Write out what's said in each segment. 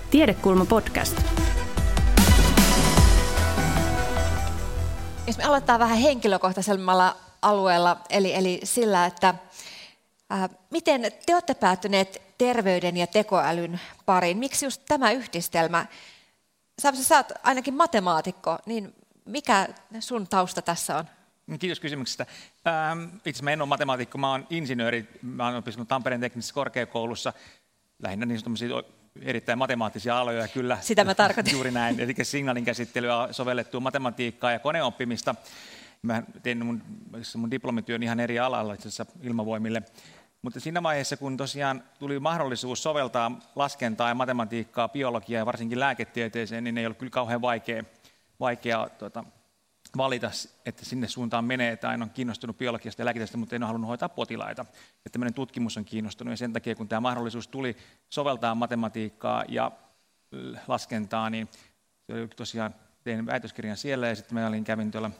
Tiedekulma podcast. Jos me aloitetaan vähän henkilökohtaisemmalla alueella, eli sillä, että miten te olette päätyneet terveyden ja tekoälyn pariin? Miksi just tämä yhdistelmä? Sä oot ainakin matemaatikko, niin mikä sun tausta tässä on? Kiitos kysymyksestä. Itse mä en ole matemaatikko, mä oon insinööri. Mä oon opiskellut Tampereen teknisessä korkeakoulussa lähinnä niin erittäin matemaattisia aloja kyllä. Sitä mä tarkoitin. Juuri näin, eli signaalinkäsittelyä, sovellettua matematiikkaa ja koneoppimista. Mä tein mun diplomityön ihan eri alalla, itse asiassa ilmavoimille. Mutta siinä vaiheessa, kun tosiaan tuli mahdollisuus soveltaa laskentaa ja matematiikkaa, biologiaa ja varsinkin lääketieteeseen, niin ei ollut kyllä kauhean vaikea valita, että sinne suuntaan menee, että aina on kiinnostunut biologiasta ja lääketieteestä, mutta en ole halunnut hoitaa potilaita. Että tämmöinen tutkimus on kiinnostunut ja sen takia, kun tämä mahdollisuus tuli soveltaa matematiikkaa ja laskentaa, niin tosiaan tein väitöskirjan siellä ja sitten mä kävin tuolla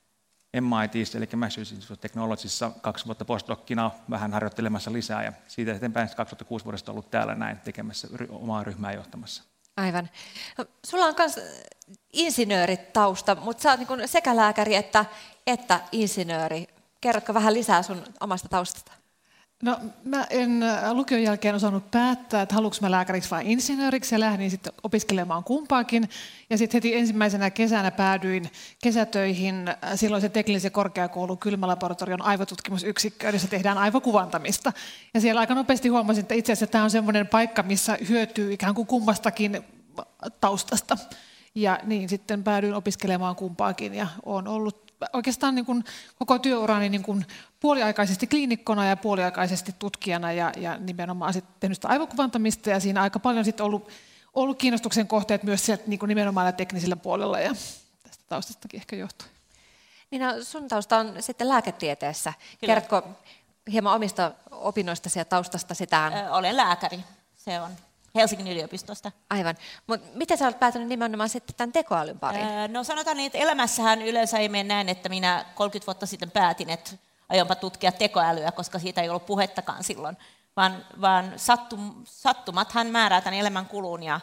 MIT:ssä, eli Massachusetts Technologiesissa 2 vuotta postdokkina vähän harjoittelemassa lisää ja siitä eteenpäin 2006 vuodesta ollut täällä näin tekemässä omaa ryhmää johtamassa. Aivan. No, sulla on myös insinööritausta, mutta sä oot niin sekä lääkäri että insinööri. Kerrotko vähän lisää sun omasta taustasta? No, mä en lukion jälkeen osannut päättää, että haluanko mä lääkäriksi vai insinööriksi ja lähdin sitten opiskelemaan kumpaakin. Ja sitten heti ensimmäisenä kesänä päädyin kesätöihin silloisen teknillisen korkeakoulun kylmälaboratorion aivotutkimusyksikköön, jossa tehdään aivokuvantamista. Ja siellä aika nopeasti huomasin, että itse asiassa tämä on semmoinen paikka, missä hyötyy ikään kuin kummastakin taustasta. Ja niin sitten päädyin opiskelemaan kumpaakin ja olen ollut oikeastaan niin kuin koko työurani niin kuin puoliaikaisesti kliinikkona ja puoliaikaisesti tutkijana ja nimenomaan sitten tehnyt sitä aivokuvantamista ja siinä aika paljon sitten ollut kiinnostuksen kohteet myös sieltä niin kuin nimenomaan teknisellä puolella ja tästä taustastakin ehkä johtuu. Niin no, sun tausta on sitten lääketieteessä. Kyllä. Kerrotko hieman omista opinnoistasi ja taustasta sitä? Olen lääkäri, se on Helsingin yliopistosta. Aivan. Mutta miten sä olet päätynyt nimenomaan sitten tämän tekoälyn pariin? No sanotaan niin, että elämässähän yleensä ei mene näin, että minä 30 vuotta sitten päätin, että aionpa tutkia tekoälyä, koska siitä ei ollut puhettakaan silloin, vaan sattumathan määrää tämän elämän kulun ja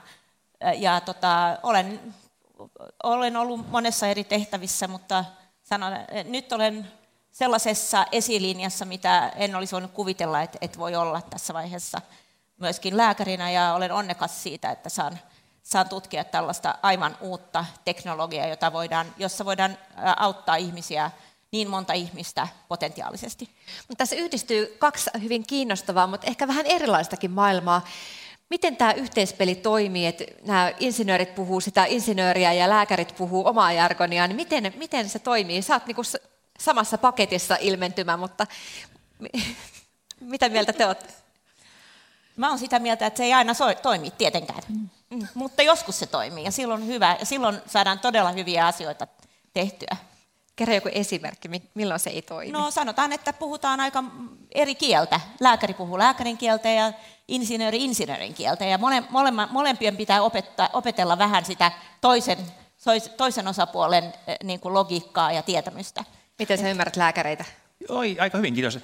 olen ollut monessa eri tehtävissä, mutta sanon, nyt olen sellaisessa esilinjassa, mitä en olisi voinut kuvitella, että voi olla tässä vaiheessa myöskin lääkärinä ja olen onnekas siitä, että saan tutkia tällaista aivan uutta teknologiaa, jossa voidaan auttaa ihmisiä, niin monta ihmistä potentiaalisesti. Mutta tässä yhdistyy 2 hyvin kiinnostavaa, mutta ehkä vähän erilaistakin maailmaa. Miten tämä yhteispeli toimii, että nämä insinöörit puhuu sitä insinööriä ja lääkärit puhuu omaa jargonia, niin miten se toimii? Sä oot niinku samassa paketissa ilmentymä, mutta mitä mieltä te olette? Mä oon sitä mieltä, että se ei aina toimi tietenkään, mutta joskus se toimii ja silloin on hyvä ja silloin saadaan todella hyviä asioita tehtyä. Kerro joku esimerkki, milloin se ei toimi? No sanotaan, että puhutaan aika eri kieltä. Lääkäri puhuu lääkärin kieltä ja insinööri insinöörin kieltä ja molempien pitää opetella vähän sitä toisen osapuolen niin kuin logiikkaa ja tietämystä. Miten sä ymmärrät lääkäreitä? Oi, aika hyvin, kiitos.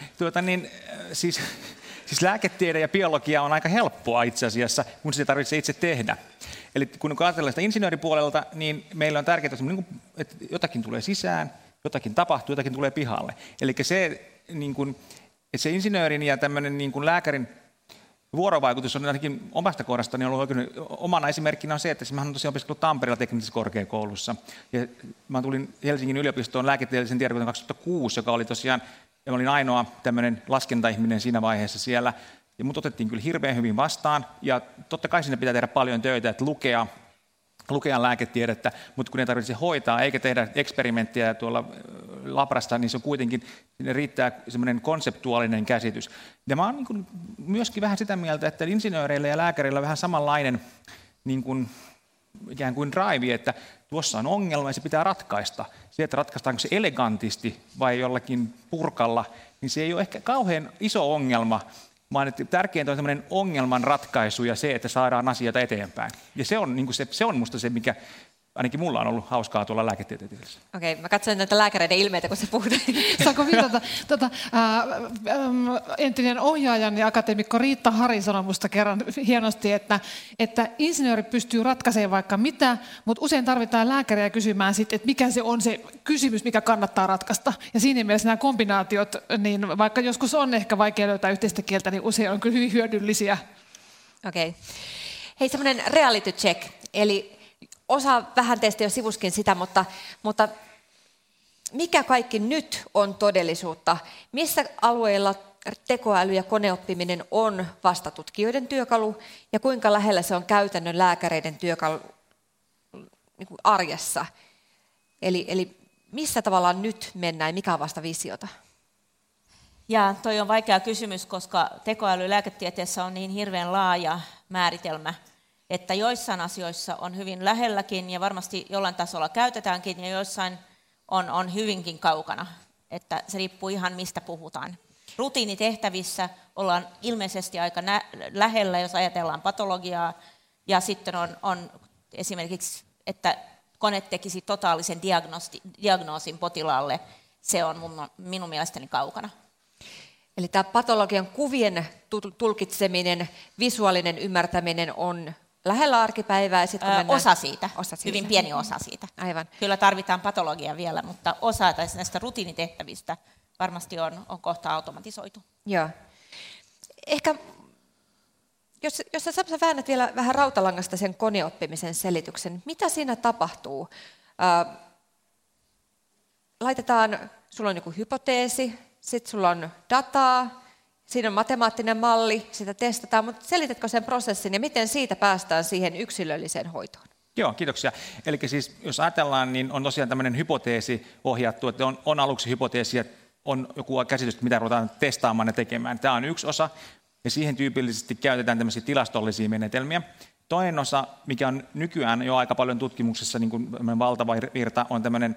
Siis lääketiede ja biologia on aika helppoa itse asiassa, kun sitä tarvitsee itse tehdä. Eli kun ajatellaan sitä insinööripuolelta, niin meillä on tärkeää, että jotakin tulee sisään, jotakin tapahtuu, jotakin tulee pihalle. Eli se, että se insinöörin ja tämmöinen lääkärin vuorovaikutus on ainakin omasta kohdastani ollut oikein omana esimerkkinä on se, että mä olen tosiaan opiskellut Tampereella teknisessä korkeakoulussa. Ja mä tulin Helsingin yliopistoon lääketieteellisen tiedekunnan 2006, joka oli tosiaan, ja mä olin ainoa tämmöinen laskentaihminen siinä vaiheessa siellä. Ja mut otettiin kyllä hirveän hyvin vastaan, ja totta kai siinä pitää tehdä paljon töitä, että lukea lääketiedettä, mutta kun ei tarvitse hoitaa eikä tehdä eksperimenttiä tuolla labrasta, niin se on kuitenkin, sinne riittää semmoinen konseptuaalinen käsitys. Ja mä oon myöskin vähän sitä mieltä, että insinööreillä ja lääkäreillä on vähän samanlainen ikään kuin drive, että tuossa on ongelma ja se pitää ratkaista. Se, että ratkaistaanko se elegantisti vai jollakin purkalla, niin se ei ole ehkä kauhean iso ongelma, vaan että tärkeintä on semmoinen ongelman ratkaisu ja se, että saadaan asioita eteenpäin. Ja se on, se on musta se, mikä ainakin mulla on ollut hauskaa tuolla lääketieteessä. Okei, mä katsoin näitä lääkäreiden ilmeitä, kun sä puhut. Saanko viitata? Entinen ohjaajan ja akateemikko Riitta Hari sanoi musta kerran hienosti, että insinööri pystyy ratkaisemaan vaikka mitä, mutta usein tarvitaan lääkäriä kysymään sitten, että mikä se on se kysymys, mikä kannattaa ratkaista. Ja siinä mielessä nämä kombinaatiot, niin vaikka joskus on ehkä vaikea löytää yhteistä kieltä, niin usein on kyllä hyvin hyödyllisiä. Okei. Hei, semmoinen reality check, eli osa vähän teistä jo sivuskin sitä, mutta mikä kaikki nyt on todellisuutta? Missä alueilla tekoäly ja koneoppiminen on vastatutkijoiden työkalu ja kuinka lähellä se on käytännön lääkäreiden työkalu niin kuin arjessa? Eli missä tavallaan nyt mennään ja mikä on vasta visiota? Ja toi on vaikea kysymys, koska tekoäly lääketieteessä on niin hirveän laaja määritelmä, että joissain asioissa on hyvin lähelläkin ja varmasti jollain tasolla käytetäänkin ja joissain on hyvinkin kaukana, että se riippuu ihan mistä puhutaan. Rutiinitehtävissä ollaan ilmeisesti aika lähellä, jos ajatellaan patologiaa, ja sitten on esimerkiksi, että kone tekisi totaalisen diagnoosin potilaalle, se on minun mielestäni kaukana. Eli tämä patologian kuvien tulkitseminen, visuaalinen ymmärtäminen on lähellä arkipäivää. Osa siitä, hyvin pieni osa siitä. Aivan. Kyllä tarvitaan patologiaa vielä, mutta osa näistä rutiinitehtävistä varmasti on kohta automatisoitu. Joo. Ehkä, jos sä väännät vielä vähän rautalangasta sen koneoppimisen selityksen, mitä siinä tapahtuu? Sulla on joku hypoteesi, sitten sulla on dataa, siinä on matemaattinen malli, sitä testataan, mutta selitätkö sen prosessin ja miten siitä päästään siihen yksilölliseen hoitoon? Joo, kiitoksia. Eli siis jos ajatellaan, niin on tosiaan tämmöinen hypoteesi ohjattu, että on aluksi hypoteesi ja on joku käsitys, mitä ruvetaan testaamaan ja tekemään. Tämä on yksi osa ja siihen tyypillisesti käytetään tämmöisiä tilastollisia menetelmiä. Toinen osa, mikä on nykyään jo aika paljon tutkimuksessa niin kuin valtava virta, on tämmöinen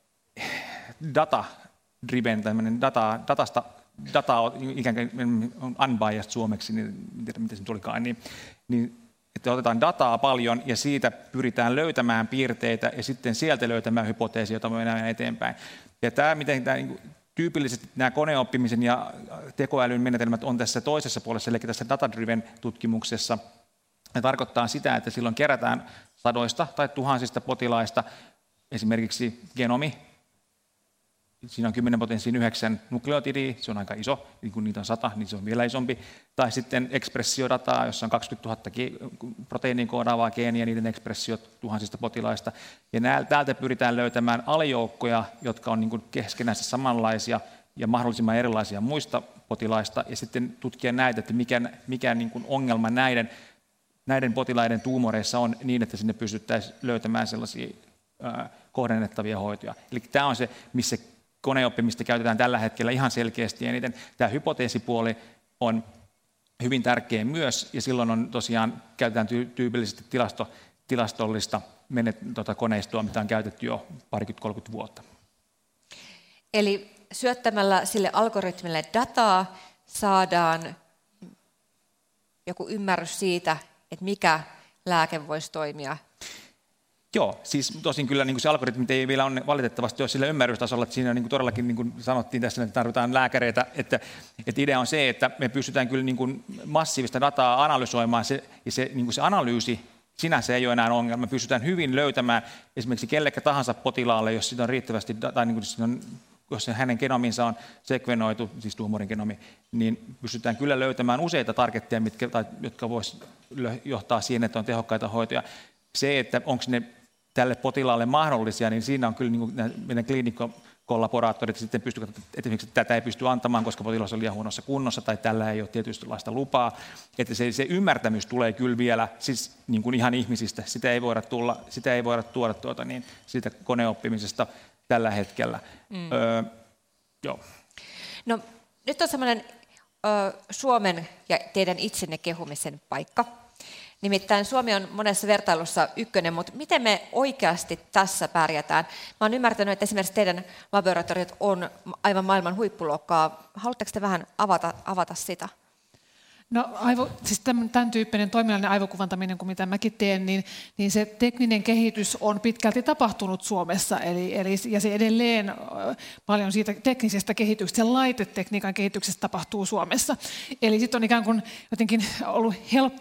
data-driven, tämmöinen data on ikään kuin unbiased suomeksi, niin en tiedä miten se tulikaan, niin että otetaan dataa paljon ja siitä pyritään löytämään piirteitä ja sitten sieltä löytämään hypoteesia, jota me mennään eteenpäin. Ja tyypillisesti nämä koneoppimisen ja tekoälyn menetelmät on tässä toisessa puolessa, eli tässä data-driven tutkimuksessa. Se tarkoittaa sitä, että silloin kerätään sadoista tai tuhansista potilaista esimerkiksi genomi. Siinä on 10 potenssiin 9 nukleotidia, se on aika iso, niin kun niitä on 100, niin se on vielä isompi. Tai sitten ekspressiodataa, jossa on 20 000 proteiinin koodaavaa geeniä, niiden ekspressiot tuhansista potilaista. Ja täältä pyritään löytämään alijoukkoja, jotka on niin kuin keskenänsä samanlaisia ja mahdollisimman erilaisia muista potilaista, ja sitten tutkia näitä, että mikä niin kuin ongelma näiden potilaiden tuumoreissa on niin, että sinne pystyttäisiin löytämään sellaisia kohdennettavia hoitoja. Eli tämä on se, missä koneoppimista käytetään tällä hetkellä ihan selkeästi eniten. Tämä hypoteesipuoli on hyvin tärkeä myös, ja silloin on tosiaan käytetään tyypillisesti tilastollista koneistoa, mitä on käytetty jo 20-30 vuotta. Eli syöttämällä sille algoritmille dataa saadaan joku ymmärrys siitä, että mikä lääke voisi toimia. Joo, siis tosin kyllä niin kuin se algoritmit ei vielä ole valitettavasti ole sillä ymmärrystasolla, että siinä niin kuin todellakin niin kuin sanottiin tässä, että tarvitaan lääkäreitä, että idea on se, että me pystytään kyllä niin kuin massiivista dataa analysoimaan, ja se, niin kuin se analyysi sinänsä ei ole enää ongelma. Me pystytään hyvin löytämään esimerkiksi kellekä tahansa potilaalle, jos siitä on riittävästi dataa, niin kuin jos hänen genominsa on sekvenoitu, siis tuumorin genomi, niin pystytään kyllä löytämään useita targetteja, jotka voisivat johtaa siihen, että on tehokkaita hoitoja. Se, että onko ne tälle potilaalle mahdollisia, niin siinä on kyllä niin kuin meidän kliinikkokollaboraattorit sitten pystyvät, että esimerkiksi tätä ei pysty antamaan, koska potilas on liian huonossa kunnossa tai tällä ei ole tietynlaista lupaa. Että se ymmärtämys tulee kyllä vielä siis niin kuin ihan ihmisistä. Sitä ei voida tuoda siitä koneoppimisesta tällä hetkellä. Joo. No, nyt on semmoinen Suomen ja teidän itsenne kehumisen paikka. Nimittäin Suomi on monessa vertailussa ykkönen, mutta miten me oikeasti tässä pärjätään? Mä oon ymmärtänyt, että esimerkiksi teidän laboratoriot on aivan maailman huippuluokkaa. Haluatteko te vähän avata sitä? No siis tämän tyyppinen toiminnallinen aivokuvantaminen kuin mitä mäkin teen, niin se tekninen kehitys on pitkälti tapahtunut Suomessa. Ja se edelleen paljon siitä teknisestä kehityksestä, sen laitetekniikan kehityksestä tapahtuu Suomessa. Eli sitten on ikään kuin jotenkin ollut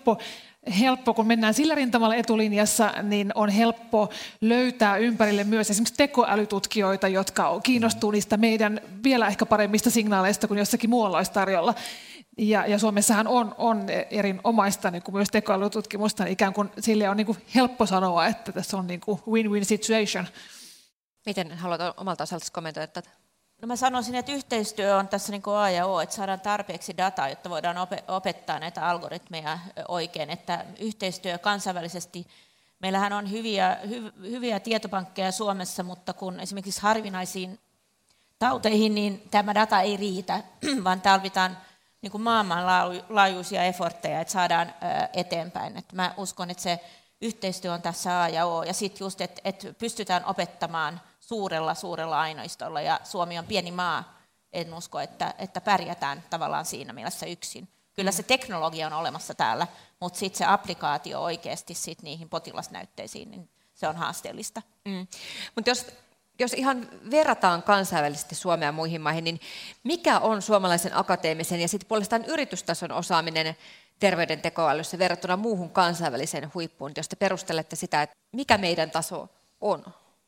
helppo, kun mennään sillä rintamalla etulinjassa, niin on helppo löytää ympärille myös esimerkiksi tekoälytutkijoita, jotka kiinnostuu niistä meidän vielä ehkä paremmista signaaleista kuin jossakin muualla olisi tarjolla. Ja Suomessahan on erinomaista niin kuin myös tekoälytutkimusta, niin ikään kuin sille on niin kuin helppo sanoa, että tässä on niin kuin win-win situation. Miten haluat omalta osaltasi kommentoida tätä? No mä sanoisin, että yhteistyö on tässä niin kuin A ja O, että saadaan tarpeeksi dataa, jotta voidaan opettaa näitä algoritmeja oikein. Että yhteistyö kansainvälisesti, meillähän on hyviä tietopankkeja Suomessa, mutta kun esimerkiksi harvinaisiin tauteihin, niin tämä data ei riitä, vaan tarvitaan niin kuin maailmanlaajuisia effortteja, että saadaan eteenpäin. Että mä uskon, että se yhteistyö on tässä A ja O. Ja sitten just, että pystytään opettamaan suurella aineistolla. Ja Suomi on pieni maa. En usko, että pärjätään tavallaan siinä mielessä yksin. Kyllä se teknologia on olemassa täällä, mutta sitten se applikaatio oikeasti sit niihin potilasnäytteisiin, niin se on haasteellista. Mutta jos ihan verrataan kansainvälisesti Suomea muihin maihin, niin mikä on suomalaisen akateemisen ja sitten puolestaan yritystason osaaminen terveydentekoälyssä verrattuna muuhun kansainväliseen huippuun, jos te perustelette sitä, että mikä meidän taso on?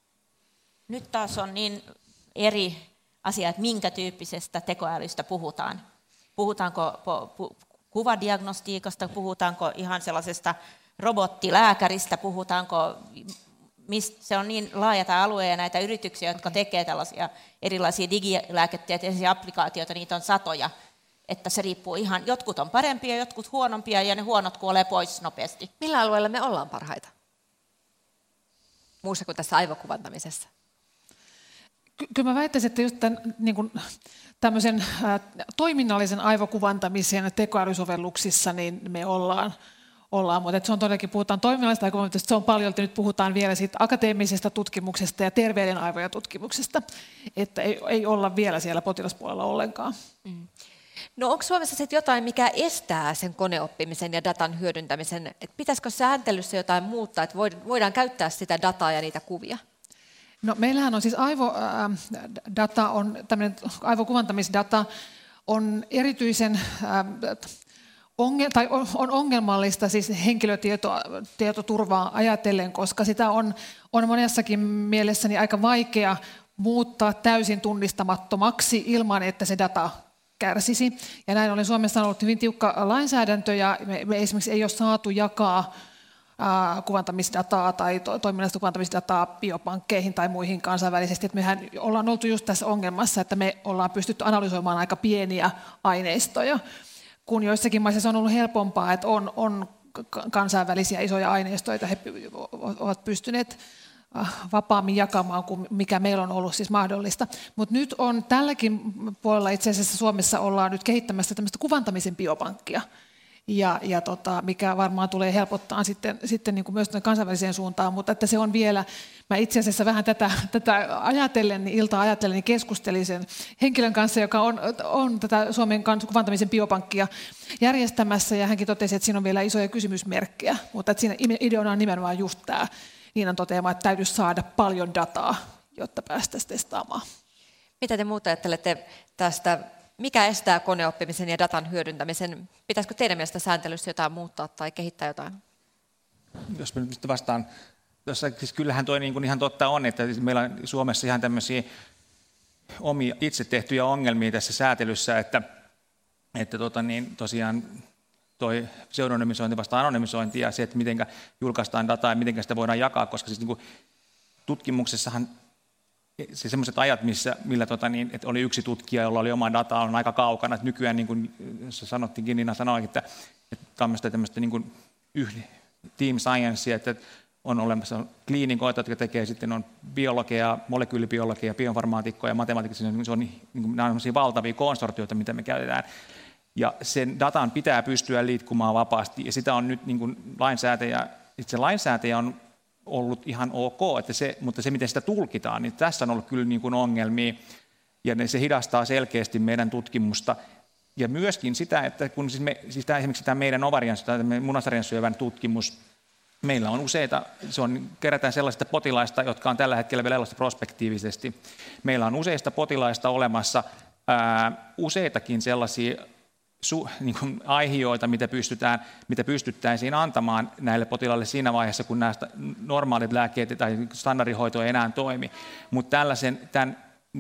Nyt taas on niin eri asia, että minkä tyyppisestä tekoälystä puhutaan. Puhutaanko kuvadiagnostiikasta, puhutaanko ihan sellaisesta robottilääkäristä, puhutaanko... Se on niin laaja tämä alue ja näitä yrityksiä, jotka tekevät tällaisia erilaisia digilääketieteellisiä applikaatioita, niitä on satoja, että se riippuu ihan, jotkut on parempia, jotkut huonompia ja ne huonot kuolee pois nopeasti. Millä alueella me ollaan parhaita? Muussa kuin tässä aivokuvantamisessa? Kyllä mä väittäisin, että just tämän, niin kuin, tämmöisen toiminnallisen aivokuvantamisen tekoälysovelluksissa niin me ollaan, mutta se on todellakin, puhutaan toiminnallisesta aivokuvantamisesta, se on paljon, nyt puhutaan vielä siitä akateemisesta tutkimuksesta ja terveyden aivojen tutkimuksesta, että ei olla vielä siellä potilaspuolella ollenkaan. No onko Suomessa sitten jotain, mikä estää sen koneoppimisen ja datan hyödyntämisen? Et pitäisikö sääntelyssä jotain muuttaa, että voidaan käyttää sitä dataa ja niitä kuvia? No meillähän on siis aivokuvantamisdata on erityisen on ongelmallista siis henkilötietoturvaa ajatellen, koska sitä on monessakin mielessäni aika vaikea muuttaa täysin tunnistamattomaksi ilman, että se data kärsisi. Ja näin ollen Suomessa on ollut hyvin tiukka lainsäädäntö ja me esimerkiksi ei ole saatu jakaa kuvantamisdataa tai toiminnallista kuvantamisdataa biopankkeihin tai muihin kansainvälisesti. Että mehän ollaan oltu just tässä ongelmassa, että me ollaan pystytty analysoimaan aika pieniä aineistoja, kun joissakin maissa se on ollut helpompaa, että on kansainvälisiä isoja aineistoja, joita he ovat pystyneet vapaammin jakamaan kuin mikä meillä on ollut siis mahdollista. Mutta nyt on tälläkin puolella itse asiassa Suomessa ollaan nyt kehittämässä tämmöistä kuvantamisen biopankkia, mikä varmaan tulee helpottaa sitten niin kuin myös kansainväliseen suuntaan, mutta että se on vielä, mä itse asiassa vähän tätä ajatellen, iltaa ajatellen, niin keskustelin sen henkilön kanssa, joka on tätä Suomen kuvantamisen biopankkia järjestämässä, ja hänkin totesi, että siinä on vielä isoja kysymysmerkkejä, mutta että siinä ideana on nimenomaan just tämä Niinan toteama, että täytyisi saada paljon dataa, jotta päästäisiin testaamaan. Mitä te muuta ajattelette tästä? Mikä estää koneoppimisen ja datan hyödyntämisen? Pitäisikö teidän mielestä sääntelyssä jotain muuttaa tai kehittää jotain? Jos mä nyt vastaan, siis kyllähän toi niin kuin ihan totta on, että meillä on Suomessa ihan tämmöisiä omia itse tehtyjä ongelmia tässä säätelyssä, että tosiaan toi pseudonymisointi vastaan anonymisointi ja se, että miten julkaistaan dataa ja miten sitä voidaan jakaa, koska siis niin kuin tutkimuksessahan se semmoiset ajat, millä että oli yksi tutkija, jolla oli oma data, on aika kaukana. Että nykyään, niin kuin sanottiinkin, Niina sanoi, että tämmöistä niin kuin team sciencea, että on olemassa kliinikoita, jotka tekee sitten on biologia, molekyylibiologia, bioinformaatikkoja ja matemaatikkoja. Nämä on valtavia konsortioita, mitä me käytetään. Ja sen datan pitää pystyä liikkumaan vapaasti. Ja sitä on nyt niin kuin lainsäätäjä on ollut ihan ok, mutta se miten sitä tulkitaan, niin tässä on ollut kyllä niin kuin ongelmia ja se hidastaa selkeästi meidän tutkimusta. Ja myöskin sitä, että kun esimerkiksi tämä meidän munasarjan syövän tutkimus, meillä on useita, kerätään sellaisista potilaista, jotka on tällä hetkellä vielä prospektiivisesti. Meillä on useista potilaista olemassa useitakin sellaisia niin kuin aihioita, mitä pystyttäisiin antamaan näille potilaille siinä vaiheessa, kun nämä normaalit lääkkeet tai standardihoito ei enää toimi. Mutta tämän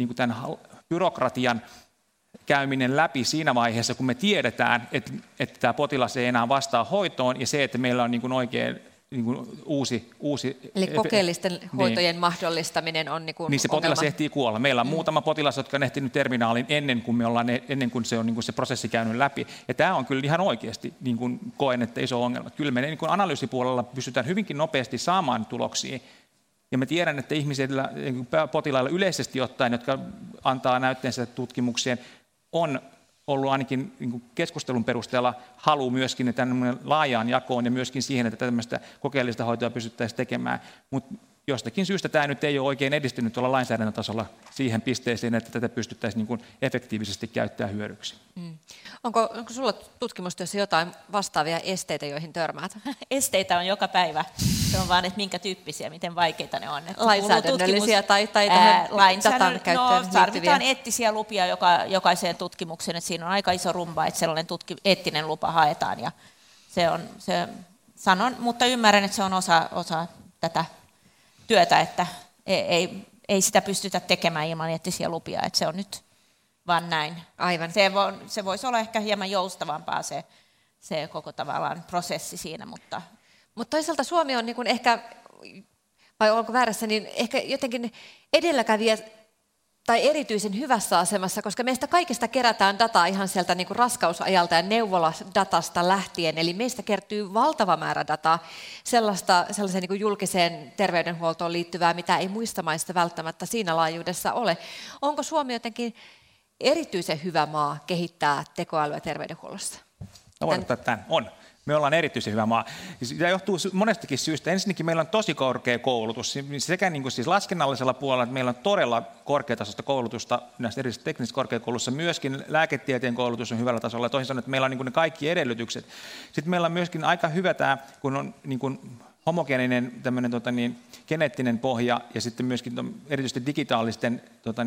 byrokratian käyminen läpi siinä vaiheessa, kun me tiedetään, että tämä potilas ei enää vastaa hoitoon, ja se, että meillä on niin kuin oikein uusi... Eli kokeellisten hoitojen mahdollistaminen on niin se potilas ongelma. ehtii kuolla. Meillä on muutama potilas, jotka on ehtinyt terminaalin ennen kuin se on se prosessi käynyt läpi. Ja tämä on kyllä ihan oikeasti, koen, että iso ongelma. Kyllä me analyysipuolella pystytään hyvinkin nopeasti saamaan tuloksia. Ja mä tiedän, että ihmisillä, potilailla yleisesti ottaen, jotka antaa näytteensä tutkimukseen, on ollut ainakin keskustelun perusteella halu myöskin laajaan jakoon ja myöskin siihen, että tämmöistä kokeellista hoitoa pystyttäisiin tekemään. Mutta jostakin syystä tämä nyt ei ole oikein edistynyt tuolla lainsäädännön tasolla siihen pisteeseen, että tätä pystyttäisiin efektiivisesti käyttämään hyödyksi. Onko sulla tutkimustyössä jotain vastaavia esteitä, joihin törmäät? Esteitä on joka päivä. Se on vaan, että minkä tyyppisiä, miten vaikeita ne on. Lainsäädännöllisiä tai tähän datan käyttöön tarvitaan eettisiä lupia jokaiseen tutkimukseen. Että siinä on aika iso rumba, että sellainen eettinen lupa haetaan. Ja sanon, mutta ymmärrän, että se on osa tätä työtä, että ei sitä pystytä tekemään ilman eettisiä lupia, että se on nyt vaan näin. Aivan. Se voisi olla ehkä hieman joustavampaa se koko tavallaan prosessi siinä, mutta toisaalta Suomi on niin ehkä, vai onko väärässä, niin ehkä jotenkin edelläkävijä tai erityisen hyvässä asemassa, koska meistä kaikista kerätään dataa ihan sieltä niin kuin raskausajalta ja neuvoladatasta lähtien, eli meistä kertyy valtava määrä dataa, sellaiseen niin kuin julkiseen terveydenhuoltoon liittyvää, mitä ei muista maista välttämättä siinä laajuudessa ole. Onko Suomi jotenkin erityisen hyvä maa kehittää tekoälyä terveydenhuollossa? No voin ottaa tämän. On. Me ollaan erityisen hyvä maa. Tämä johtuu monestakin syystä. Ensinnäkin meillä on tosi korkea koulutus. Sekä siis laskennallisella puolella, että meillä on todella korkeatasoista koulutusta näissä erilaisissa teknisissä korkeakoulussa. Myöskin lääketieteen koulutus on hyvällä tasolla. Ja toisin sanoen, että meillä on ne kaikki edellytykset. Sitten meillä on myöskin aika hyvä tämä, kun on homogeeninen geneettinen pohja ja sitten myöskin erityisesti digitaalisten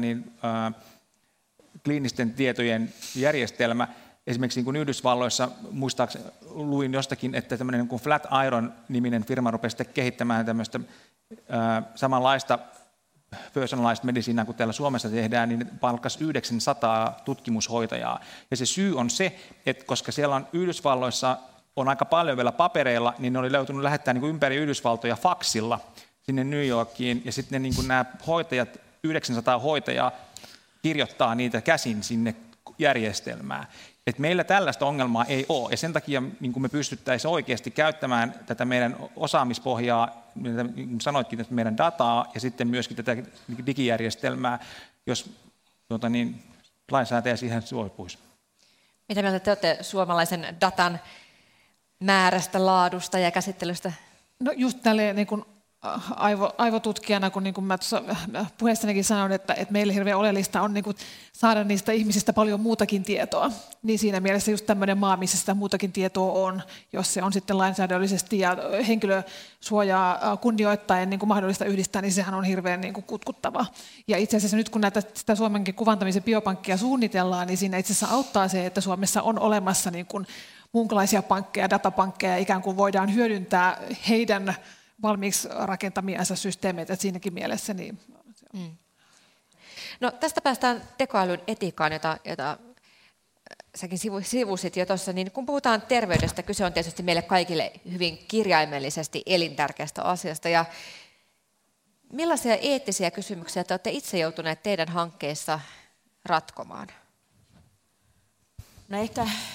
kliinisten tietojen järjestelmä. Esimerkiksi niin kuin Yhdysvalloissa, muistaakseni luin jostakin, että tämmöinen niin kuin Flatiron-niminen firma rupesi kehittämään tämmöistä samanlaista personalized medicinea kuin täällä Suomessa tehdään, niin palkkasi 900 tutkimushoitajaa. Ja se syy on se, että koska siellä on Yhdysvalloissa on aika paljon vielä papereilla, niin ne oli löytynyt lähettää niin kuin ympäri Yhdysvaltoja faksilla sinne New Yorkiin, ja sitten niin kuin nämä hoitajat, 900 hoitajaa, kirjoittaa niitä käsin sinne järjestelmään. Et meillä tällaista ongelmaa ei ole, ja sen takia niin me pystyttäisiin oikeasti käyttämään tätä meidän osaamispohjaa, niin kuin sanoitkin, että meidän dataa ja sitten myöskin tätä digijärjestelmää, jos lainsäätäjä siihen suopuisi. Mitä mieltä te olette suomalaisen datan määrästä, laadusta ja käsittelystä? No just tälleen niin kuin aivotutkijana, kun niin kuin mä puheessanikin sanoin, että meille hirveän oleellista on niin kuin saada niistä ihmisistä paljon muutakin tietoa. Niin siinä mielessä just tämmöinen maa, missä sitä muutakin tietoa on, jos se on sitten lainsäädännöllisesti ja henkilösuojaa kunnioittaen niin kuin mahdollista yhdistää, niin sehän on hirveän niin kuin kutkuttavaa. Ja itse asiassa nyt kun sitä Suomenkin kuvantamisen biopankkia suunnitellaan, niin siinä itse asiassa auttaa se, että Suomessa on olemassa niin kuin muunlaisia pankkeja, datapankkeja, ikään kuin voidaan hyödyntää heidän valmiiksi rakentamiansa systeemeitä, että siinäkin mielessä. Niin. No, tästä päästään tekoälyn etiikkaan, jota säkin sivusit jo tuossa. Niin kun puhutaan terveydestä, kyse on tietysti meille kaikille hyvin kirjaimellisesti elintärkeästä asiasta. Ja millaisia eettisiä kysymyksiä te olette itse joutuneet teidän hankkeissa ratkomaan? No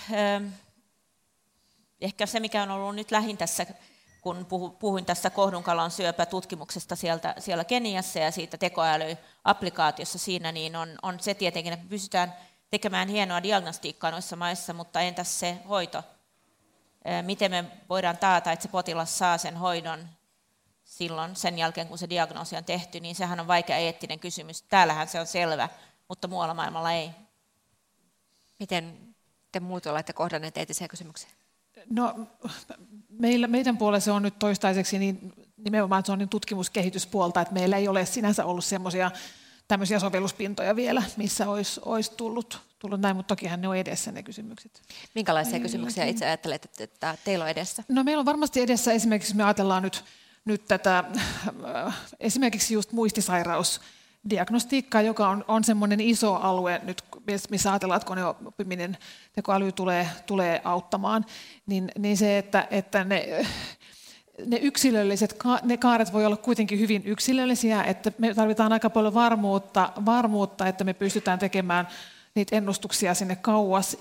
ehkä se, mikä on ollut nyt lähin tässä, kun puhuin tästä kohdunkalan syöpätutkimuksesta siellä Keniassa ja siitä tekoälyapplikaatiossa siinä, niin on se tietenkin, että pystytään tekemään hienoa diagnostiikkaa noissa maissa, mutta entäs se hoito? Miten me voidaan taata, että se potilas saa sen hoidon silloin sen jälkeen, kun se diagnoosi on tehty, niin sehän on vaikea eettinen kysymys. Täällähän se on selvä, mutta muualla maailmalla ei. Miten te muut olette kohdanneet eettisiä kysymyksiä? No, meidän puolella se on nyt toistaiseksi niin, nimenomaan se on niin tutkimuskehityspuolta, että meillä ei ole sinänsä ollut semmoisia tämmöisiä sovelluspintoja vielä, missä olisi tullut näin, mutta tokihan ne on edessä ne kysymykset. Minkälaisia kysymyksiä itse ajattelet, että teillä on edessä? No meillä on varmasti edessä esimerkiksi, me ajatellaan nyt tätä esimerkiksi just muistisairausdiagnostiikkaa, joka on semmoinen iso alue nyt, missä ajatellaan, että koneoppiminen, tekoäly tulee auttamaan, niin se, että ne yksilölliset, ne kaaret voi olla kuitenkin hyvin yksilöllisiä, että me tarvitaan aika paljon varmuutta, että me pystytään tekemään niitä ennustuksia sinne kauas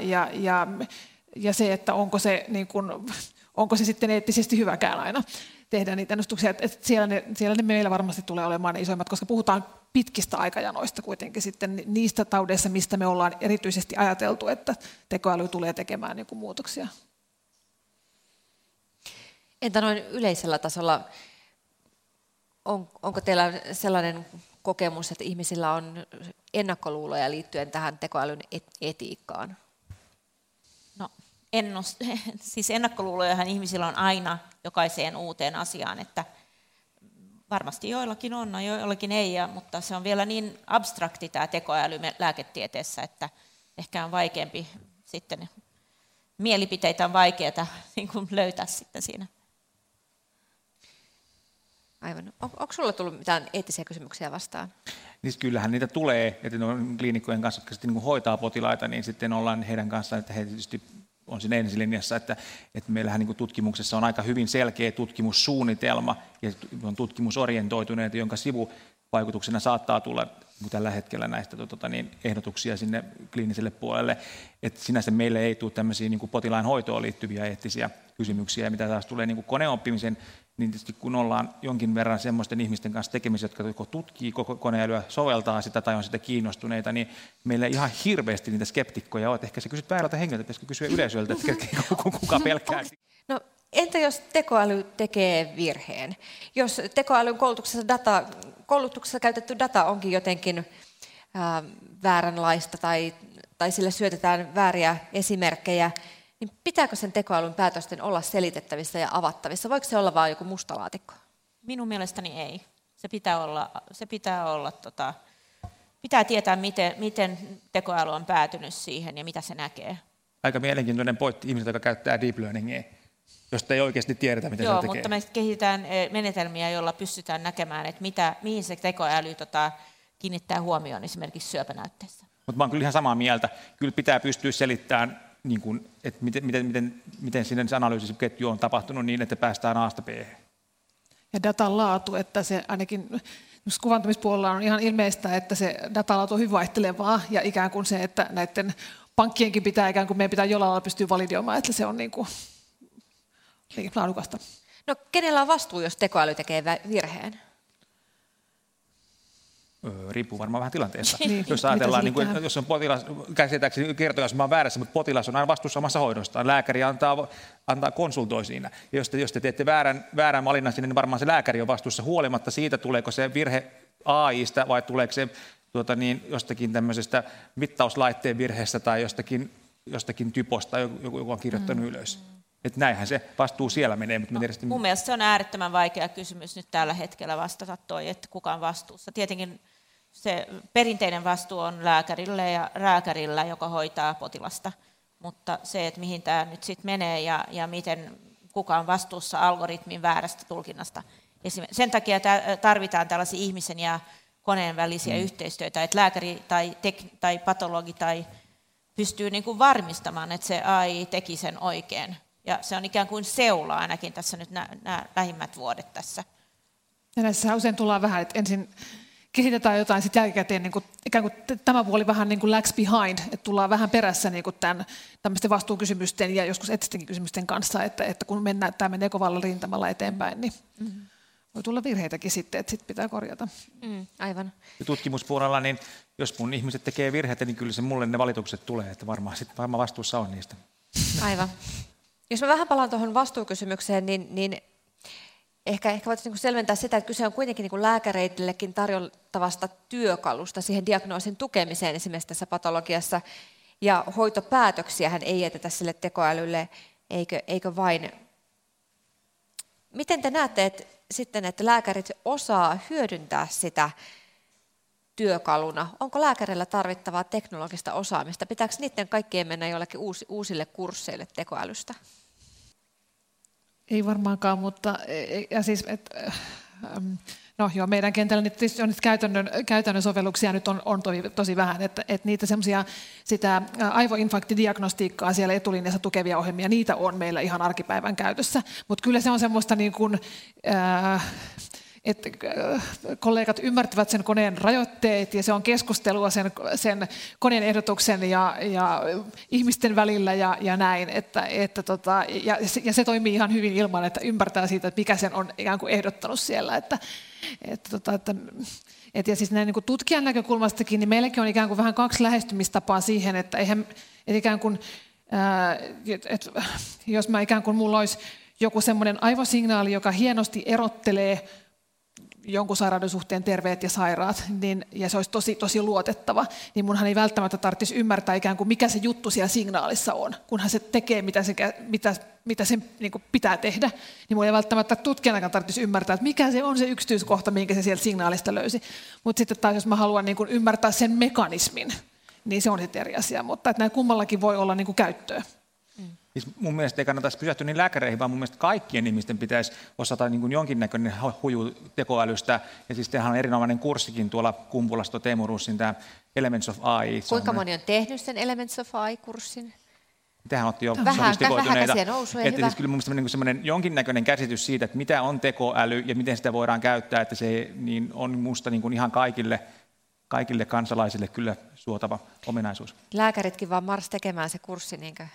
ja se, että onko se sitten eettisesti hyväkään aina tehdä niitä ennustuksia. Että siellä ne meillä varmasti tulee olemaan ne isoimmat, koska puhutaan pitkistä aikajanoista kuitenkin sitten niistä taudeissa, mistä me ollaan erityisesti ajateltu, että tekoäly tulee tekemään niin kuin muutoksia. Entä noin yleisellä tasolla, onko teillä sellainen kokemus, että ihmisillä on ennakkoluuloja liittyen tähän tekoälyn etiikkaan? No, siis ennakkoluulojahan ihmisillä on aina jokaiseen uuteen asiaan, että varmasti joillakin on, joillakin ei, mutta se on vielä niin abstrakti tämä tekoäly lääketieteessä, että ehkä on vaikeampi sitten, mielipiteitä on vaikeaa niin kuin löytää sitten siinä. Aivan. Onko sinulla tullut mitään eettisiä kysymyksiä vastaan? Niin kyllähän niitä tulee, että kliinikkojen kanssa, jotka sitten niin hoitaa potilaita, niin sitten ollaan heidän kanssaan, että he tietysti on siinä ensilinjassa, että meillähän niin tutkimuksessa on aika hyvin selkeä tutkimussuunnitelma ja on tutkimusorientoituneita, jonka sivuvaikutuksena saattaa tulla tällä hetkellä näistä ehdotuksia sinne kliiniselle puolelle. Että sinänsä meille ei tule tämmöisiä niin potilaan hoitoon liittyviä eettisiä kysymyksiä, mitä taas tulee niin koneoppimisen, niin tietysti kun ollaan jonkin verran semmoisten ihmisten kanssa tekemisiä, jotka joko tutkii koko koneälyä, soveltaa sitä tai on sitä kiinnostuneita, niin meillä ei ihan hirveästi niitä skeptikkoja ole. Että ehkä sä kysyt väärältä henkilöltä, pitäisikö kysyä yleisöltä, että kuka pelkää. No, entä jos tekoäly tekee virheen? Jos tekoälyn koulutuksessa käytetty data onkin jotenkin vääränlaista tai sille syötetään vääriä esimerkkejä, niin pitääkö sen tekoälyn päätösten olla selitettävissä ja avattavissa? Voiko se olla vain joku musta laatikko? Minun mielestäni ei. Pitää tietää, miten tekoäly on päätynyt siihen ja mitä se näkee. Aika mielenkiintoinen pointti ihmiset, jotka käyttää deep learningia, josta ei oikeasti tiedetä, mitä se tekee. Mutta me kehitetään menetelmiä, joilla pystytään näkemään, että mihin se tekoäly kiinnittää huomioon esimerkiksi syöpänäytteissä. Mutta mä oon kyllä ihan samaa mieltä. Kyllä pitää pystyä selittämään, niin kuin, että miten siinä analyysiketju on tapahtunut niin, että päästään A:sta B:hen. Ja datan laatu, että se ainakin kuvantamispuolella on ihan ilmeistä, että se datalaatu on hyvin vaihtelevaa ja ikään kuin se, että näiden pankkienkin meidän pitää jollain lailla pystyä validioimaan, että se on niin kuin laadukasta. No kenellä on vastuu, jos tekoäly tekee virheen? Riippuu varmaan vähän tilanteesta. Jos ajatellaan, niin kuin, jos on potilas, käsittääkseni kertoo, jos mä oon väärässä, mutta potilas on aina vastuussa omassa hoidostaan. Lääkäri antaa konsultoi siinä. Ja jos te teette väärän valinnan sinne, niin varmaan se lääkäri on vastuussa huolimatta siitä, tuleeko se virhe AI:sta vai tuleeko se jostakin tämmöisestä mittauslaitteen virheestä tai jostakin typosta, joka on kirjoittanut ylös. Että näinhän se vastuu siellä menee. Mutta mun mielestä se on äärettömän vaikea kysymys nyt tällä hetkellä vastata että kuka on vastuussa. Tietenkin se perinteinen vastuu on lääkärillä, joka hoitaa potilasta. Mutta se, että mihin tämä nyt sitten menee ja miten kuka on vastuussa algoritmin väärästä tulkinnasta. Sen takia tarvitaan tällaisia ihmisen ja koneen välisiä yhteistyötä, että lääkäri tai patologi pystyy niin kuin varmistamaan, että se AI teki sen oikein. Ja se on ikään kuin seula ainakin tässä nyt nämä lähimmät vuodet tässä. Ja näissä usein tullaan vähän, että ensin kehitetään jotain, sitten jälkikäteen niin kuin, ikään kuin tämä puoli vähän niin kuin lags behind, että tullaan vähän perässä niin kuin tämmöisten vastuukysymysten ja joskus eettistenkin kysymysten kanssa, että kun tämä menee kovalla rintamalla eteenpäin, niin voi tulla virheitäkin sitten, että sitten pitää korjata. Aivan. Ja tutkimuspuolella, niin jos mun ihmiset tekee virheitä, niin kyllä se mulle ne valitukset tulee, että varmaan vastuussa on niistä. Aivan. Jos mä vähän palaan tuohon vastuukysymykseen, niin ehkä voitaisiin selventää sitä, että kyse on kuitenkin niin lääkäreillekin tarjottavasta työkalusta siihen diagnoosin tukemiseen esimerkiksi tässä patologiassa. ja hoitopäätöksiähän ei jätetä sille tekoälylle, eikö vain? Miten te näette että lääkärit osaa hyödyntää sitä työkaluna? Onko lääkärillä tarvittavaa teknologista osaamista? Pitääkö niiden kaikkien mennä jollekin uusille kursseille tekoälystä? Ei varmaankaan, mutta ja siis, no joo, meidän kentällä nyt on käytännön sovelluksia nyt on tosi vähän, että niitä semmoisia sitä aivoinfarktidiagnostiikkaa siellä etulinjassa tukevia ohjelmia, niitä on meillä ihan arkipäivän käytössä, mutta kyllä se on semmoista niin kuin, että kollegat ymmärtävät sen koneen rajoitteet ja se on keskustelua sen koneen ehdotuksen ja ihmisten välillä ja näin, ja se toimii ihan hyvin ilman, että ymmärtää siitä, että mikä sen on ikään kuin ehdottanut siellä, ja siis näin niin kuin tutkijan näkökulmastakin, niin meilläkin on ikään kuin vähän kaksi lähestymistapaa siihen, että ikään kuin, jos mulla olisi joku semmoinen aivosignaali, joka hienosti erottelee jonkun sairauden suhteen terveet ja sairaat, ja se olisi tosi luotettava, niin munhan ei välttämättä tarvitsisi ymmärtää ikään kuin mikä se juttu siellä signaalissa on, kunhan se tekee mitä sen niin kuin pitää tehdä, niin mun ei välttämättä tutkijanakaan tarvitsisi ymmärtää, että mikä se on se yksityiskohta, minkä se sieltä signaalista löysi. Mutta sitten taas, jos mä haluan niin kuin ymmärtää sen mekanismin, niin se on sitten eri asia, mutta että näin kummallakin voi olla niin kuin käyttöä. Siis mun mielestä ei kannattaisi pysähtyä niin lääkäreihin, vaan mun mielestä kaikkien ihmisten pitäisi osata niin kuin jonkinnäköinen huju tekoälystä. Ja siis tehdään on erinomainen kurssikin tuolla Kumpulasta, Teemu Russin, tämä Elements of AI. Kuinka moni on tehnyt sen Elements of AI-kurssin? Tähän otti jo sofistikoituneita. Että siis kyllä mun mielestä niin semmoinen jonkinnäköinen käsitys siitä, että mitä on tekoäly ja miten sitä voidaan käyttää, että se niin on musta niin kuin ihan kaikille kansalaisille kyllä suotava ominaisuus. Lääkäritkin vaan mars tekemään se kurssi, niinkö?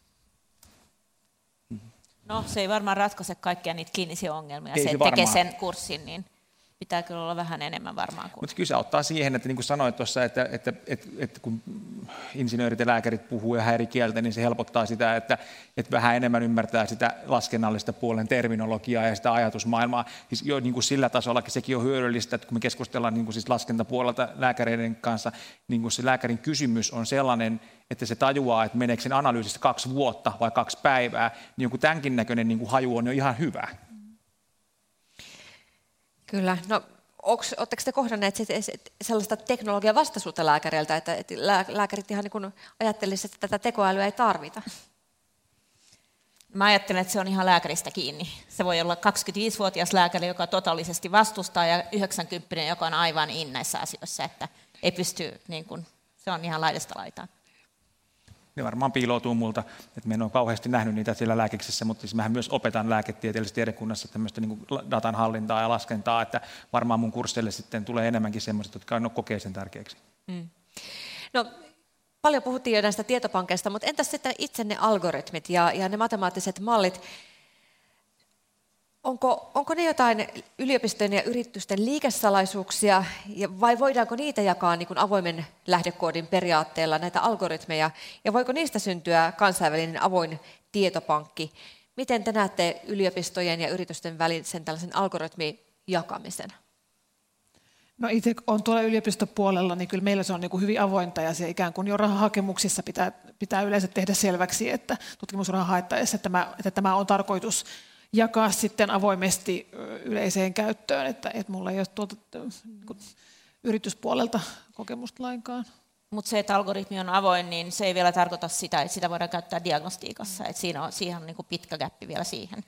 No, se ei varmaan ratkaise kaikkia niitä kliinisiä ongelmia. Ei se se tekee varmaan. sen kurssin, niin pitää kyllä olla vähän enemmän varmaan. Mutta kyllä se auttaa siihen, että niin kuin sanoit tuossa, että kun insinöörit ja lääkärit puhuu ihan eri kieltä, niin se helpottaa sitä, että vähän enemmän ymmärtää sitä laskennallista puolen terminologiaa ja sitä ajatusmaailmaa. Siis jo niin kuin sillä tasollakin sekin on hyödyllistä, että kun me keskustellaan niin kuin siis laskentapuolelta lääkäreiden kanssa, niin kuin se lääkärin kysymys on sellainen, että se tajuaa, että meneekö sen analyysistä 2 vuotta vai 2 päivää, niin joku tämänkin näköinen niin kuin haju on jo ihan hyvä. Kyllä. No, oletteko te kohdanneet sellaista teknologian vastaisuutta lääkäreiltä, että lääkärit ihan niin ajattelisivat, että tätä tekoälyä ei tarvita? Mä ajattelen, että se on ihan lääkäristä kiinni. Se voi olla 25-vuotias lääkäri, joka totaalisesti vastustaa, ja 90, joka on aivan in näissä asioissa, että ei pysty, niin kuin, se on ihan laidasta laitaan. Ne varmaan piiloutuu multa, että me en ole kauheasti nähnyt niitä siellä lääkiksessä, mutta siis mähän myös opetan lääketieteellisessä tiedekunnassa tämmöistä niin kuin datan hallintaa ja laskentaa, että varmaan mun kursseille sitten tulee enemmänkin semmoiset, jotka kokee sen tärkeäksi. No, paljon puhuttiin jo näistä tietopankeista, mutta entäs sitten itse ne algoritmit ja ne matemaattiset mallit? Onko ne jotain yliopistojen ja yritysten liikesalaisuuksia, vai voidaanko niitä jakaa niin kuin avoimen lähdekoodin periaatteella, näitä algoritmeja, ja voiko niistä syntyä kansainvälinen avoin tietopankki? Miten te näette yliopistojen ja yritysten välisen tällaisen algoritmijakamisen? No itse on tuolla yliopistopuolella, niin kyllä meillä se on niin kuin hyvin avointa, ja se ikään kuin jo rahahakemuksissa pitää yleensä tehdä selväksi, että tutkimusrahaa haettaessa, että tämä on tarkoitus jakaa sitten avoimesti yleiseen käyttöön, että mulla ei ole tuolta yrityspuolelta kokemusta lainkaan. Mutta se, että algoritmi on avoin, niin se ei vielä tarkoita sitä, että sitä voidaan käyttää diagnostiikassa. Että siihen on niin kuin pitkä gäppi vielä siihen.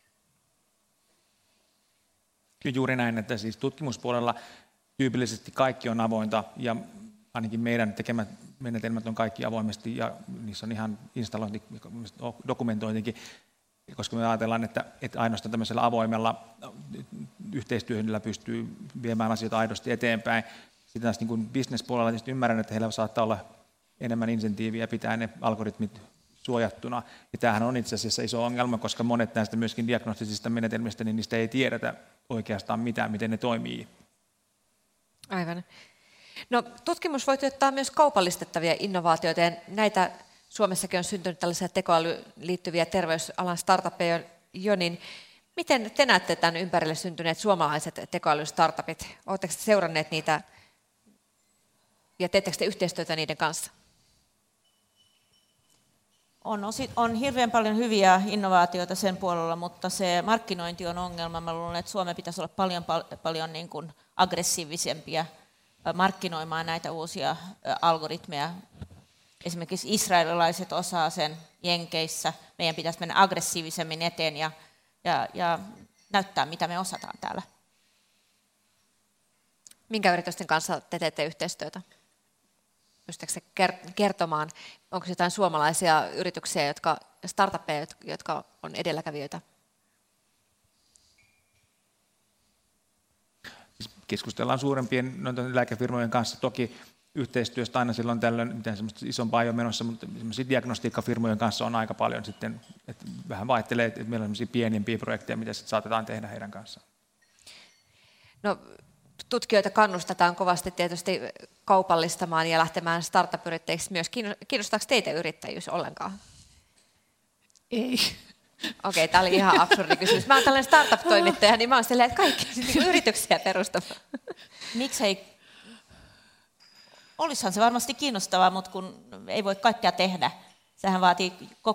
Kyllä juuri näin, että siis tutkimuspuolella tyypillisesti kaikki on avointa, ja ainakin meidän tekemät menetelmät on kaikki avoimesti, ja niissä on ihan installointi, dokumentointikin, koska me ajatellaan, että ainoastaan tämmöisellä avoimella yhteistyöllä pystyy viemään asioita aidosti eteenpäin. Sitten taas niin kuin business-puolella tietysti ymmärrän, että heillä saattaa olla enemmän insentiiviä pitää ne algoritmit suojattuna. Ja tämähän on itse asiassa iso ongelma, koska monet näistä myöskin diagnostisista menetelmistä, niin niistä ei tiedetä oikeastaan mitään, miten ne toimii. Aivan. No, tutkimus voi tuottaa myös kaupallistettavia innovaatioita, ja näitä Suomessakin on syntynyt tällaisia tekoälyyn liittyviä terveysalan startuppeja jo, niin miten te näette tämän ympärille syntyneet suomalaiset tekoälystartupit? Oletteko seuranneet niitä ja teettekö te yhteistyötä niiden kanssa? On hirveän paljon hyviä innovaatioita sen puolella, mutta se markkinointi on ongelma. Mä luulen, että Suomen pitäisi olla paljon niin kuin aggressiivisempia markkinoimaan näitä uusia algoritmeja. Esimerkiksi israelilaiset osaa sen Jenkeissä. Meidän pitäisi mennä aggressiivisemmin eteen ja näyttää, mitä me osataan täällä. Minkä yritysten kanssa te teette yhteistyötä? Pystytkö se kertomaan, onko jotain suomalaisia yrityksiä, startuppeja, jotka on edelläkävijöitä? Keskustellaan suurempien lääkefirmojen kanssa. Toki yhteistyöstä aina silloin tällöin, mitään semmoista isompaa ei ole menossa, mutta diagnostiikkafirmojen kanssa on aika paljon sitten, että vähän vaihtelee, että meillä on sellaisia pienempiä projekteja, mitä sitten saatetaan tehdä heidän kanssaan. No, tutkijoita kannustetaan kovasti tietysti kaupallistamaan ja lähtemään startup-yrittäjiksi myös. Kiinnostaako teitä yrittäjyys ollenkaan? Ei. Okei, tämä oli ihan absurdi kysymys. Mä oon tällainen startup-toimittaja, niin mä oon silleen, että kaikki yrityksiä perustamaan. Miksei? Olisihan se varmasti kiinnostavaa, mutta kun ei voi kaikkea tehdä. Sehän vaatii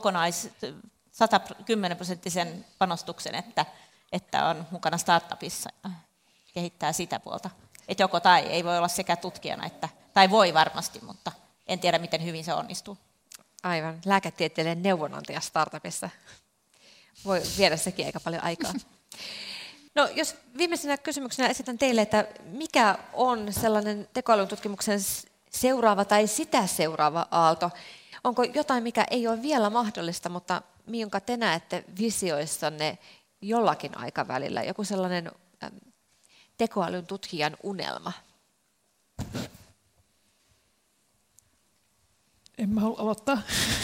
110% panostuksen, että on mukana startupissa ja kehittää sitä puolta. Että joko tai, ei voi olla sekä tutkijana, tai voi varmasti, mutta en tiedä, miten hyvin se onnistuu. Aivan, lääketieteellinen neuvonantaja startupissa. Voi viedä sekin aika paljon aikaa. No, jos viimeisenä kysymyksenä esitän teille, että mikä on sellainen tekoälyn tutkimuksen seuraava tai sitä seuraava aalto? Onko jotain, mikä ei ole vielä mahdollista, mutta jonka te näette visioissanne jollakin aikavälillä? Joku sellainen tekoälyn tutkijan unelma? En mä halua aloittaa.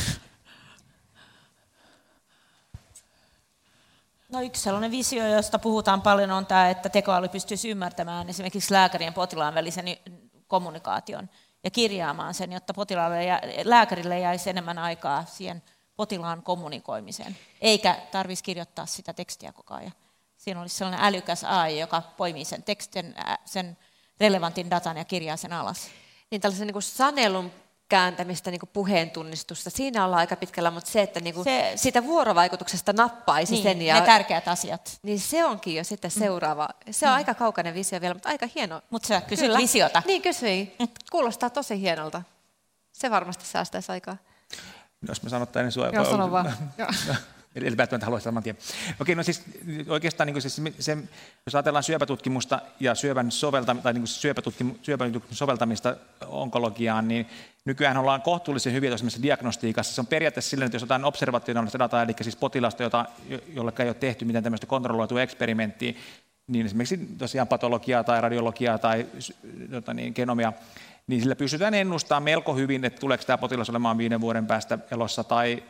No, yksi sellainen visio, josta puhutaan paljon, on tämä, että tekoäly pystyisi ymmärtämään esimerkiksi lääkärin ja potilaan välisen kommunikaation ja kirjaamaan sen, jotta potilaalle ja lääkärille jäisi enemmän aikaa siihen potilaan kommunikoimiseen, eikä tarvitsisi kirjoittaa sitä tekstiä koko ajan. Siinä olisi sellainen älykäs AI, joka poimii sen tekstin, sen relevantin datan ja kirjaa sen alas. Niin tällaisen niin kuin sanelun kääntämistä, niin kuin puheen tunnistusta, siinä ollaan aika pitkällä, mutta se, että niin kuin siitä vuorovaikutuksesta nappaisi niin, sen. Ja ne tärkeät asiat. Niin se onkin jo sitten seuraava. Se on aika kaukainen visio vielä, mutta aika hieno. Mutta sä kysyt visiota. Niin kysyin. Kuulostaa tosi hienolta. Se varmasti säästäisi aikaa. Jos mä sanottaa ennen sua. Joo, sano vaan. Eli välttämättä haluaisin saman tien. Okei, no siis oikeastaan niin se, jos ajatellaan syöpätutkimusta ja syövän soveltamista onkologiaan, niin nykyään ollaan kohtuullisen hyviä tuossa diagnostiikassa. Se on periaatteessa silleen, että jos otetaan observationaalista dataa, eli siis potilasta, jolle ei ole tehty mitään tämmöistä kontrolloitua eksperimenttiä, niin esimerkiksi tosiaan patologiaa tai radiologiaa tai genomia, niin sillä pystytään ennustamaan melko hyvin, että tuleeko tämä potilas olemaan 5 vuoden päästä elossa tai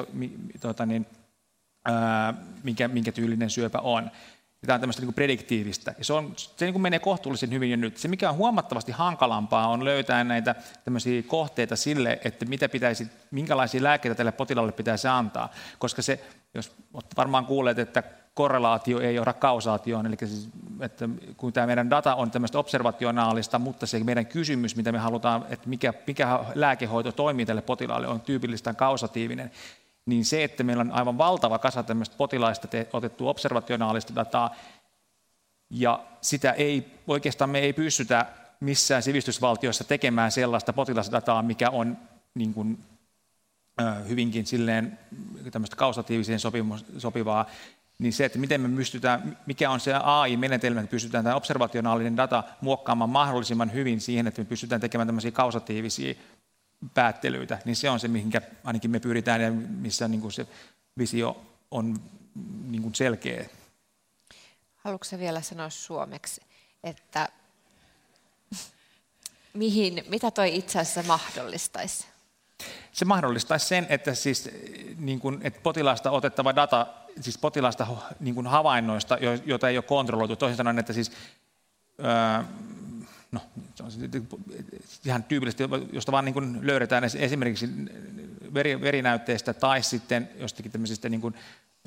minkä tyylinen syöpä on. Tämä on tämmöistä niin prediktiivistä. Ja se niin menee kohtuullisen hyvin jo nyt. Se, mikä on huomattavasti hankalampaa, on löytää näitä tämmöisiä kohteita sille, että minkälaisia lääkkeitä tälle potilaalle pitäisi antaa. Koska se, jos varmaan kuulet, että korrelaatio ei johda kausaatioon, eli siis, että kun tämä meidän data on tämmöistä observationaalista, mutta se meidän kysymys, mitä me halutaan, että mikä lääkehoito toimii tälle potilaalle, on tyypillisesti kausatiivinen, niin se, että meillä on aivan valtava kasa tämmöistä potilaista otettua observationaalista dataa, ja sitä me ei pystytä missään sivistysvaltiossa tekemään sellaista potilasdataa, mikä on niin kuin, hyvinkin silleen tämmöistä kausatiiviseen sopivaa, niin se, että miten me pystytään, mikä on se AI-menetelmä, että pystytään tämä observationaalinen data muokkaamaan mahdollisimman hyvin siihen, että me pystytään tekemään tämmöisiä kausatiivisia päättelyitä, niin se on se, mihinkä ainakin me pyritään ja missä niin kuin se visio on niin kuin selkeä. Haluatko vielä sanoa suomeksi, että mitä toi itse asiassa mahdollistaisi? Se mahdollistaisi sen, että, siis, niin kuin, että potilaasta otettava data, siis potilaasta niin kuin havainnoista, joita ei ole kontrolloitu, toisin sanoen, että siis, se on ihan tyypillisesti, josta vaan niin kuin löydetään esimerkiksi verinäytteistä tai sitten jostakin tämmöisistä niin kuin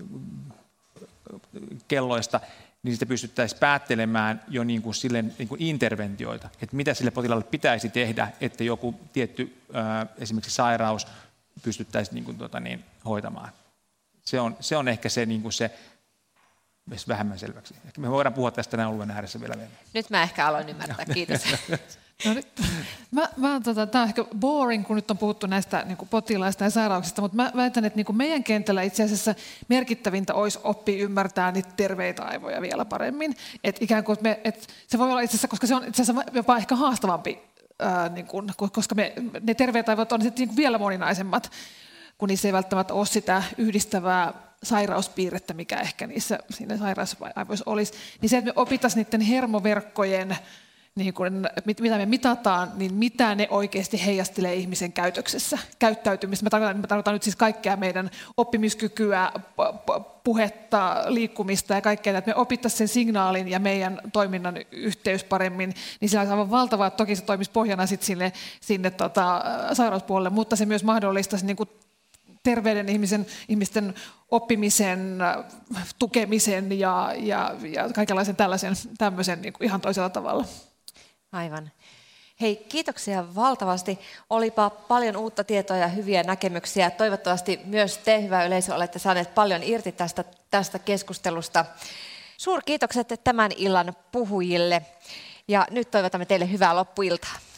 kelloista, niin sitä pystyttäisiin päättelemään jo niin kuin silleen, niin kuin interventioita, että mitä sille potilaalle pitäisi tehdä, että joku tietty esimerkiksi sairaus pystyttäisiin hoitamaan. Se on ehkä se, se vähemmän selväksi. Ehkä me voidaan puhua tästä näin oluen ääressä vielä. Nyt mä ehkä aloin ymmärtää, kiitos. No nyt, tämä on ehkä boring, kun nyt on puhuttu näistä potilaista ja sairauksista, mutta mä väitän, että meidän kentällä itse asiassa merkittävintä olisi oppia ymmärtää niitä terveitä aivoja vielä paremmin. Että ikään kuin, se voi olla itse asiassa, koska se on itse asiassa jopa ehkä haastavampi, koska ne terveet aivot on sitten vielä moninaisemmat, kun niissä ei välttämättä ole sitä yhdistävää sairauspiirrettä, mikä ehkä siinä sairausaivoissa olisi. Niin se, että me opittaisiin niiden hermoverkkojen, mitä me mitataan, niin mitä ne oikeasti heijastelee ihmisen käyttäytymistä. Mä tarkoitan nyt siis kaikkea meidän oppimiskykyä, puhetta, liikkumista ja kaikkea, että me opittaisiin sen signaalin ja meidän toiminnan yhteys paremmin, niin sillä olisi aivan valtavaa, että toki se toimisi pohjana sinne sairauspuolelle, mutta se myös mahdollistaisi terveiden ihmisten oppimisen, tukemisen ja kaikenlaisen tämmöisen ihan toisella tavalla. Aivan. Hei, kiitoksia valtavasti. Olipa paljon uutta tietoa ja hyviä näkemyksiä. Toivottavasti myös te, hyvä yleisö, olette saaneet paljon irti tästä keskustelusta. Suurkiitokset tämän illan puhujille ja nyt toivotamme teille hyvää loppuiltaa.